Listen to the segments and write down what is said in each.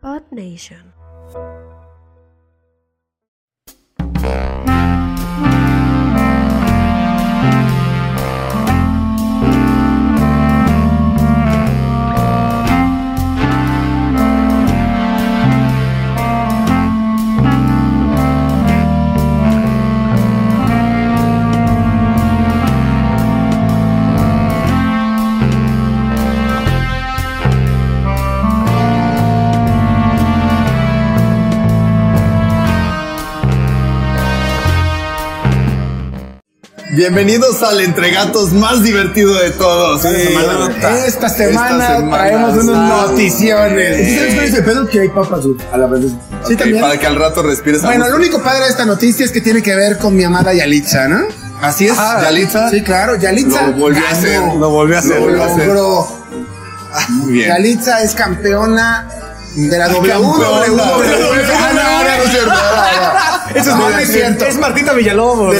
Earth Nation. Bienvenidos al Entregatos más divertido de todos. Sí, esta semana traemos unas noticiones. ¿Sabes cuál es el pedo? Que hay papas a la vez. Sí, también. Para que al rato respires. Bueno, lo único padre de esta noticia es que tiene que ver con mi amada Yalitza, ¿no? Así es, Yalitza. Sí, claro, Yalitza Lo volvió a hacer. Lo volvió a hacer. Logró. Muy bien. Yalitza es campeona de la WWE. Eso no es cierto. Es Martita Villalobos.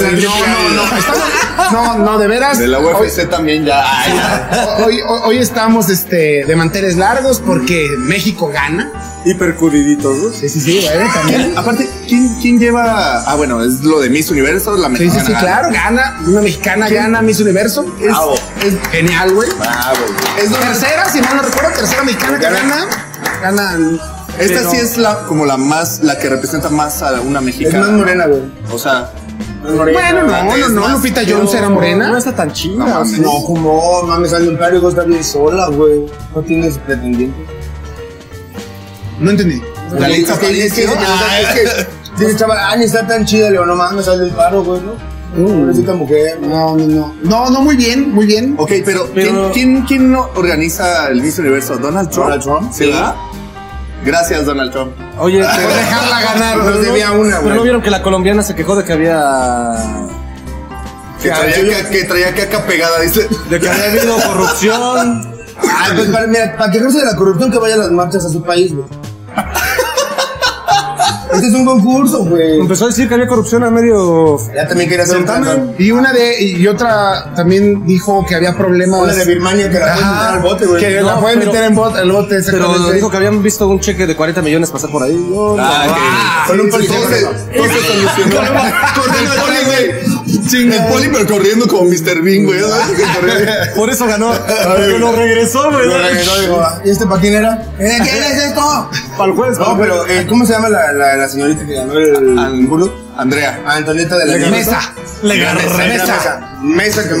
No, de veras. De la UFC también ya. Hoy estamos de manteles largos porque México gana. Hipercudiditos, ¿no? Sí, bueno, también. Aparte, ¿quién lleva? Ah, bueno, es lo de Miss Universo, la mexicana. Sí, claro, gana. Una mexicana gana Miss Universo. Bravo. Es genial, güey. Bravo. Es tercera, si mal no recuerdo, tercera mexicana que gana. Esta sí es la que representa más a una mexicana. Es más morena, güey. O sea, Bueno, no, Lupita Jones era morena. No está tan china. No, como mames, al Ontario está bien sola, güey. No tienes pretendientes. No entendí. Yalitza Es que dice, chaval, ni está tan chida, le digo, no mames, sale del paro, güey, ¿no? Pobrecita mujer. No, muy bien. Ok, pero ¿quién no organiza el Miss Universo? ¿Donald Trump? ¿Donald Trump? ¿Sí, verdad? Gracias, Donald Trump. Oye, Por dejarla ganar, nos debía una, Pero güey. no vieron que la colombiana se quejó de que había... Que traía caca pegada, dice. De que había habido corrupción. Pues para quejarse de la corrupción, que vaya a las marchas a su país, güey. Este es un concurso, güey. Empezó a decir que había corrupción a medio... Ya también quería hacer un certamen. Y otra también dijo que había problemas. Una de Birmania que la pueden meter al bote, güey. Que la No, pueden pero- meter en el bote, Pero exactamente. dijo que habían visto un cheque de 40 millones pasar por ahí. Con un policía. Todo se solucionó. Con el poli, güey. El poli, pero corriendo como Mr. Bean, güey. Por eso ganó. Porque lo regresó, güey. ¿Y este patín era? ¿Quién es esto? Para el juez. No, pero ¿cómo se llama la señorita que ganó el Hulu? Andrea. Antonieta de la Mesa. Mesa que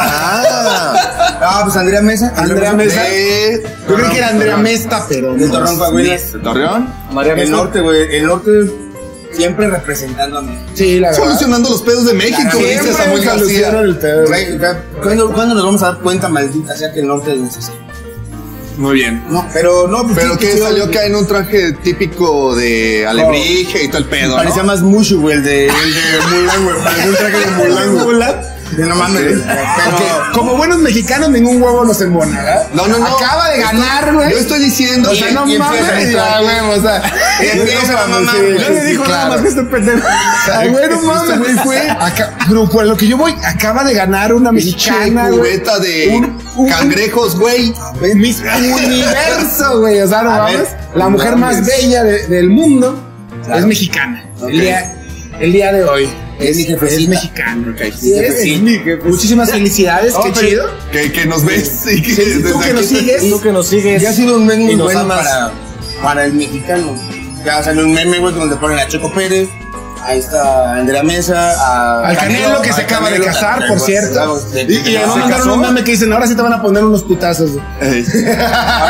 masa. Pues Andrea Mesa. Andrea Mesa. Yo creo que era Andrea Mesta, pero. De Torreón, Coahuila. ¿De Torreón? El norte, güey. El norte siempre representando a México. Sí, la verdad. Solucionando los pedos de México, dice Samuel García. solucionan el pedo. Güey, ¿cuándo nos vamos a dar cuenta, maldita sea, que el norte es necesario? Muy bien. No, pero no. Pues, Pero sí, que sí, salió sí. que en un traje típico de alebrije y todo el pedo, Parecía ¿no? más Mushu, güey, el de Mulan, güey. Parecía un traje de Mulan, güey. No mames. Porque como buenos mexicanos, ningún huevo nos embona, ¿verdad? No. Acaba de ganar, güey. Yo estoy diciendo. O sea, no y mames, empieza ya, güey, o sea. Y empieza la mamá. Ya le dijo nada más que este pendejo. Ay, güey, no mames, güey, fue. Pero por lo que yo voy, acaba de ganar una mexicana, güey. Cubeta de cangrejos, güey. Miss Universo, güey. O sea, no A mames. ver, La mujer más bella del mundo es mexicana. Ok. El día de hoy. Es mi jefecita. Es mexicana. Sí, Es mi jefe. Muchísimas felicidades, qué chido. Que nos ves y que Tú que nos sigues. Tú que nos sigues. Ya ha sido un meme y muy nos bueno amas. para el mexicano. Ya salió un meme, güey, donde ponen a Checo Pérez. Ahí está Andrea Mesa. Al Canelo, que se acaba de casar, por cierto. Y le se mandaron casó. un meme que dicen, ahora sí te van a poner unos putazos. Ahora sí te van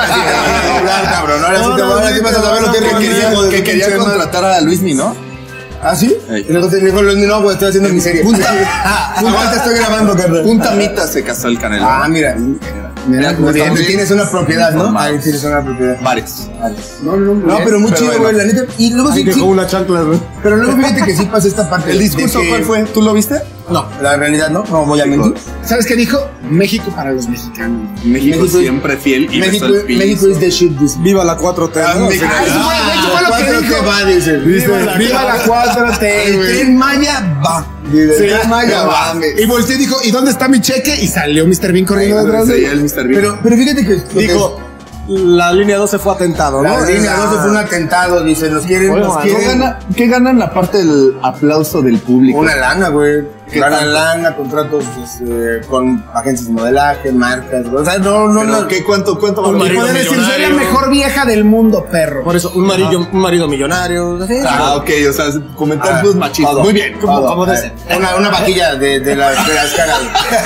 a hablar, cabrón. Ahora sí vas a saber lo que quería contratar a Luismi, ¿no? ¿Ah, sí? Ey. Y luego te dijo, no, güey, estoy haciendo mi serie. Aguanta, estoy grabando, carnal. Puntamita se casó el Canelo. Ah, mira. Mira, Muy bien. tienes una propiedad, ¿no? Ahí tienes una propiedad. Varios. No, pero muy chido, güey, la neta. Y luego sí, Dejó una chancla, güey. pero luego fíjate que sí pasa esta parte. ¿El discurso de que- cuál fue? ¿Tú lo viste? No, la realidad no voy a mentir. ¿Sabes qué dijo? México para los mexicanos. México siempre fiel y México besó el piso. is the shit, dice. Viva la 4T. Ah, ¿no? México. Eso fue lo que 4T dijo. va, dice. Viva la 4T, El güey. Tren Maya va. Sí, Tren Maya no va. mames. Y volteó y dijo, ¿y dónde está mi cheque? Y salió Mr. Bean corriendo detrás de Sí, él. el Mr. Bean. Pero fíjate que Dijo, la línea 12 fue atentado, ¿no? La línea 12 fue un atentado, dice, nos quieren. ¿Qué ganan aparte del aplauso del público? Una lana, güey. Ganan lana, contratos con agencias de modelaje, marcas, güey. O sea, no. ¿Cuánto Un marido Puede decir, soy la millonario. mejor vieja del mundo, perro. Por eso, un marido millonario. ¿Sí? Ok, o sea, comentarios machistas. todo. Muy bien. Como de ese. Una vaquilla de las caras.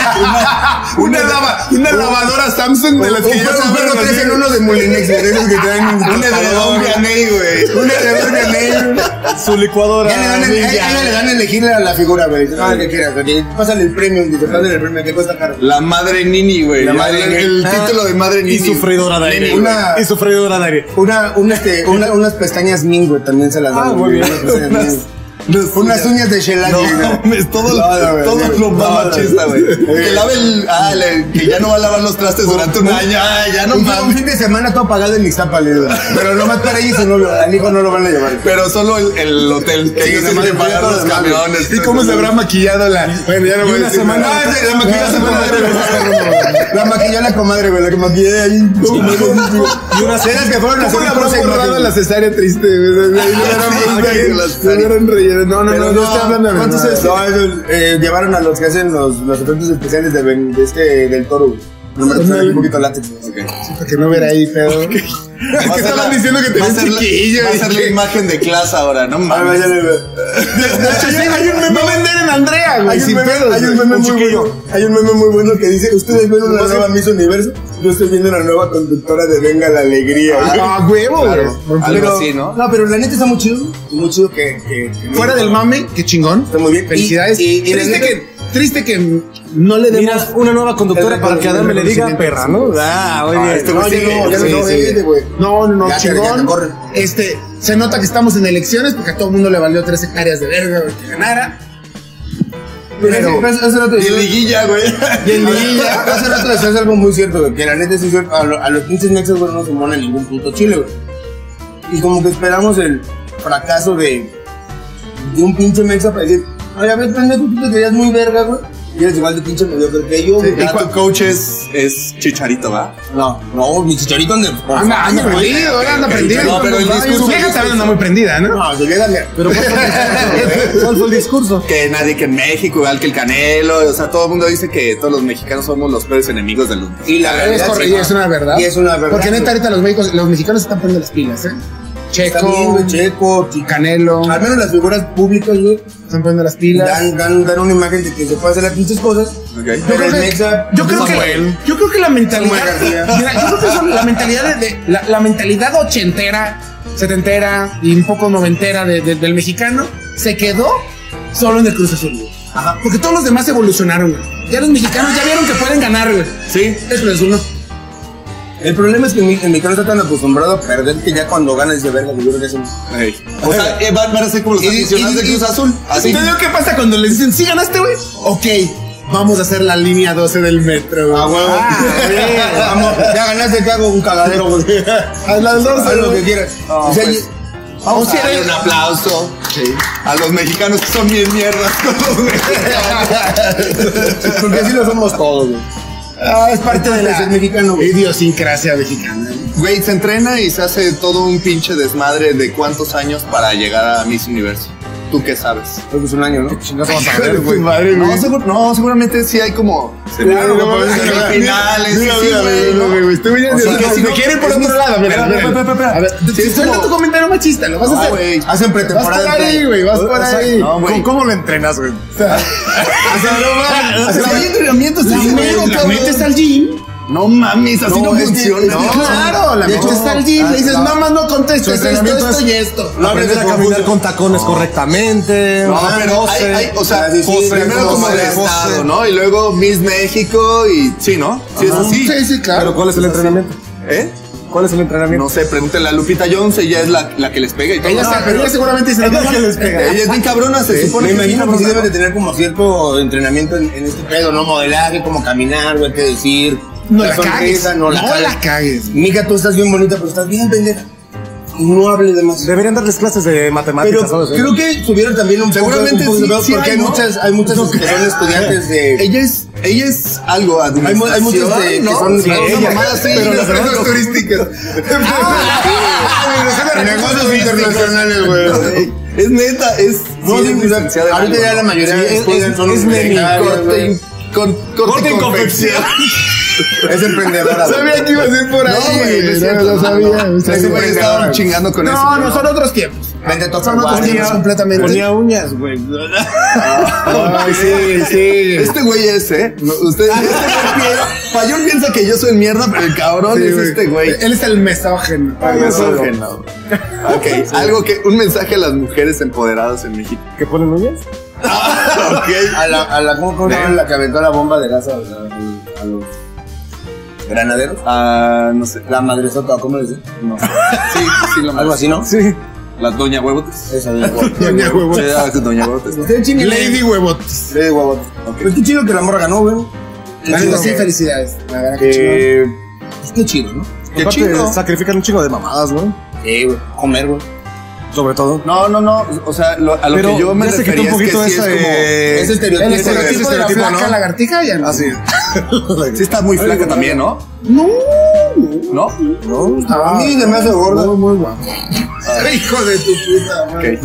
Una lavadora Samsung de las que yo Pero traes en uno de Molinex, de esos que traen un edredón Vianey, güey. Un edredón Vianey. Su licuadora. Ya le dan a elegir a la figura, güey. No, que quieras, güey. Pásale el premium, dice, pásale el premium, que cuesta caro. La madre Nini, güey. La madre Nini. El título de madre Nini. Y su freidora de aire. Una- Y su freidora de aire. Unas pestañas Ming, güey, también se las dan. muy bien. Unas pestañas Ming. Unas uñas de shellac, güey. No, es todo lo más machista, güey. Que lave que ya no va a lavar los trastes durante un año. Ya no Un mames. fin de semana todo pagado en Ixtapa, le digo. Pero nomás para ella y su novio, al hijo no lo van a llevar. Pero solo el hotel. Que Sí, ellos nomás tienen que pagar todo los lo demás, camiones. ¿Y cómo se habrá maquillado la...? Bueno, ya no voy a una decir semana- nada. Ah, sí, la maquilló la comadre. La maquilló la comadre, güey. La que maquillé ahí. Y unas Cenas que fueron a ¿Cómo hacer le habrá cosa borrado imagen. la cesárea triste, güey? Le hubieran relleno. No, Pero yo estoy hablando de ¿cuántos verdad. no, esos, llevaron a los que hacen los efectos especiales del toro, güey. No me recuerdo, un poquito látex. Para que no ver ahí, pedo. Es que estaban diciendo que te ves chiquillo. Va a ser la imagen de clase ahora, no Ah, mames. ya le veo. Hay un meme. No vender en Andrea, güey. Sin pedos. Hay un meme muy bueno. Hay un meme muy bueno que dice: Ustedes ven una nueva Miss Universo. Yo estoy viendo una nueva conductora de Venga la Alegría. Ah, huevo, güey. Algo así, ¿no? No, pero la neta está muy chido. Muy chido que Fuera del mame, qué chingón. Está muy bien. Felicidades. Y la neta- Triste que no le demos. Mira, una nueva conductora para que Adame le diga perra, ¿no? Ah, muy bien. No, ya no, güey. No, Ya te chingón. corren. Se nota que estamos en elecciones porque a todo el mundo le valió 3 hectáreas de verga, güey, que ganara. Pero- Hace rato Y en liguilla, güey. Y en liguilla, hace rato decías algo muy cierto, güey, que la neta sí es cierto, a los pinches mexas, güey, no se monan ningún puto chile, güey. Y como que esperamos el fracaso de un pinche mexa para decir, oye, a ver, pendejo, tú te creías muy verga, güey, y eres igual de pinche mediocre que yo, güey. Ya tu coach es Chicharito, ¿va? No, mi chicharito anda Anda prendido, ahora anda prendido. No, pero el discurso- Su vieja también anda muy prendida, ¿no? No, yo llega, Pero ¿cuál fue el discurso? Que nadie que en México, igual que el Canelo, o sea, todo el mundo dice que todos los mexicanos somos los peores enemigos del mundo. y la Es realidad correcto, y es una verdad. Y es una verdad. Porque neta, ahorita los mexicanos están poniendo las pilas, ¿eh? Está bien, güey, Checo, Canelo, al menos las figuras públicas, güey, están poniendo las pilas. dan una imagen de que se puede hacer las pinches cosas. Ok. Pero el mexa, Yo creo que la mentalidad, Samuel García. mira, yo creo que eso, la mentalidad la mentalidad ochentera, setentera y un poco noventera del mexicano se quedó solo en el Cruz Azul, güey. Ajá. Porque todos los demás evolucionaron, güey. Ya los mexicanos ya vieron que pueden ganar, güey. Sí. Es Cruz Azul, ¿no? el problema es que el mexicano está tan acostumbrado a perder que ya cuando gana dice, verga, yo creo que es un... Ey. O sea, van a ser como los aficionados de Cruz Azul. Así. ¿Te digo qué pasa cuando le dicen, sí ganaste, güey? Ok, vamos a hacer la línea 12 del metro, güey. Ah, huevo. Vamos, ya ganaste, que hago un cagadero, güey. A las 12, Haz lo que güey. quieras. No, O sea, pues, vamos a darle un aplauso a los mexicanos que son bien mierdas con los mexicanos. porque así lo somos todos, güey. Es parte de la ser mexicano, güey. idiosincrasia mexicana. Güey, se entrena y se hace todo un pinche desmadre de cuántos años para llegar a Miss Universo. ¿Tú qué sabes? Creo que es un año, ¿no? No, seguramente sí hay como Claro, no, semifinales. mira, sí, güey, ¿no? güey, estoy bien. O sea, Si si me no, quieren por es otro mis- lado, mira, Espera. A ver, Sí, es suelta como- tu comentario machista, lo vas a No, hacer. güey. Hacen Vas pretemporada. por ahí, güey, vas por ahí. No, güey. ¿Cómo lo entrenas, güey? Hay entrenamientos primero, La cabrón. metes al gym. No mames, así no es que- funciona. no, Claro, la de hecho, metes al gym. Le dices, no. nada más no contestes esto, entrenamiento esto es- y esto. No hables Aprender de a caminar con tacones correctamente. No, pero hay, o sea, Sí, sí, primero sí, como sí, el sí, estado, ¿no? Y luego Miss México y sí, ¿no? Sí, es así. Sí, claro. Pero ¿cuál es el entrenamiento? ¿Eh? ¿Cuál es el entrenamiento? No sé, pregúntale a Lupita Jones, ella es la que les pega y todo. Pero ella seguramente dice, Ella que les pega. Ella es bien cabrona, se supone Me que es imagino bien que sí cabrona. deben de tener como cierto entrenamiento en este pedo, ¿no? Modelaje, como caminar, güey, qué decir. no la cagues. No la cagues. Mija, tú estás bien bonita, pero estás bien pendeja. No hables de más. Deberían darles clases de matemáticas, Pero ¿sabes? creo que subieron también un Seguramente poco de sí, pedo, sí porque hay, ¿no? hay muchas que son estudiantes de... Ella es Ella es algo administración, Hay muchos que ¿no? son Sí, ella, mamada así, pero las las demás empresas turísticas. Negocios internacionales, güey. Es neta, es... No, sí, sí, es o sea, licenciada en ahorita algo. ya la mayoría Sí, son es neni, becarias, Corte y confección. es emprendedora. güey. Sabía que iba a ser por ahí. No, güey, es no, cierto. lo sabía. Ese güey estaba chingando con eso. No, no, son otros tiempos. Vende todo Son otros tiempos completamente. Ponía uñas, güey. Ay, sí, sí. Este güey es, Ustedes, Payón piensa que yo soy mierda, pero el cabrón Sí, es güey. este güey. Él es el misógino. Ok, algo que, un mensaje a las mujeres empoderadas en México. ¿Que ponen uñas? Ok. A la ¿cómo se llama la que aventó la bomba de gas a los granaderos? No sé. La madresota, ¿cómo le dicen? No. Sí, lo Algo así, ¿no? Sí. La Doña Huevotes. Esa de Doña Huevotes. Sí, Doña Huevotes. Usted chingue. Lady Huevotes. Lady Huevotes. Pues qué chido que la morra ganó, güey. La neta, sí, felicidades. La verdad que chingón. Pues qué chido, ¿no? Qué Aparte, chido. sacrifican un chingo de mamadas, güey. Sí, güey. Comer, güey. Sobre todo. No. O sea, a lo Pero que yo me ya se quitó refería un poquito es que sí esa. es como... Ese estereotipo. El estereotipo de la estereotipo, flaca ¿no? lagartija ya no. Así. Sí está muy flaca también, ¿no? No. ¿No? No. A mí se me hace gorda. Muy guapo. Hijo de tu puta madre.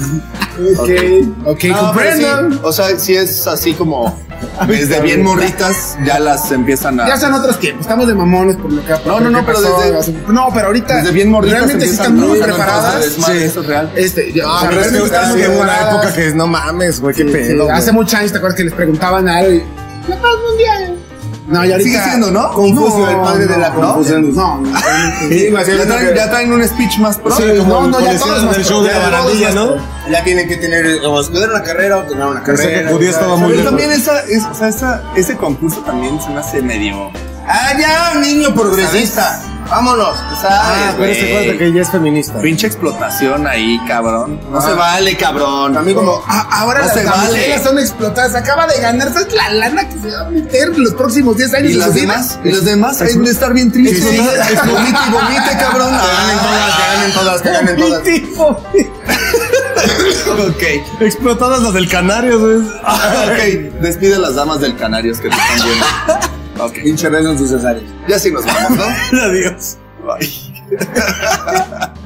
Ok, No, comprendo. pero sí, o sea, si es así como desde bien morritas ya las empiezan a... Ya son otros tiempos, estamos de mamones por lo que ha No, pero pasó. No, pero ahorita Desde bien morritas realmente sí empiezan están muy a- preparadas. Sí, eso es real. O sea, Pero es que realmente están estás muy en una preparadas. época que es no mames, güey, qué Sí, pedo. hace güey. muchos años, ¿te acuerdas que les preguntaban algo y la paz mundial? No, y ahorita Sigue siendo, ¿no? Confucio, el padre de la confusión. No, Sí, va a ser Ya traen un speech más pro. Sí, no, como ya decían todos en más el show de la pro, barandilla, todos ¿no? más Ya tienen que tener o estudiar una carrera o tener una Pensé carrera. que Judía estaba muy Pero lejos. también ese concurso también se me hace medio... Ah, ya, niño progresista. Vámonos. Pero este cuenta que ya es feminista. Pinche explotación ahí, cabrón. No se vale, cabrón. A mí como... Ahora No las se damiselas vale. son explotadas. Acaba de ganar, ¿sabes la lana que se va a meter en los próximos 10 años? ¿Y en las su vida? demás? ¿Y las demás? Hay de estar bien tristes. Sí, sí. Vomite y vomite, cabrón. Que ganen todas. Ok. Explotadas las del Canario, güey. Ok. Despide a las damas del Canarios que te están viendo. Ok. Pinche beso en sus cesáreas. Ya sí nos vamos, ¿no? Adiós. Bye.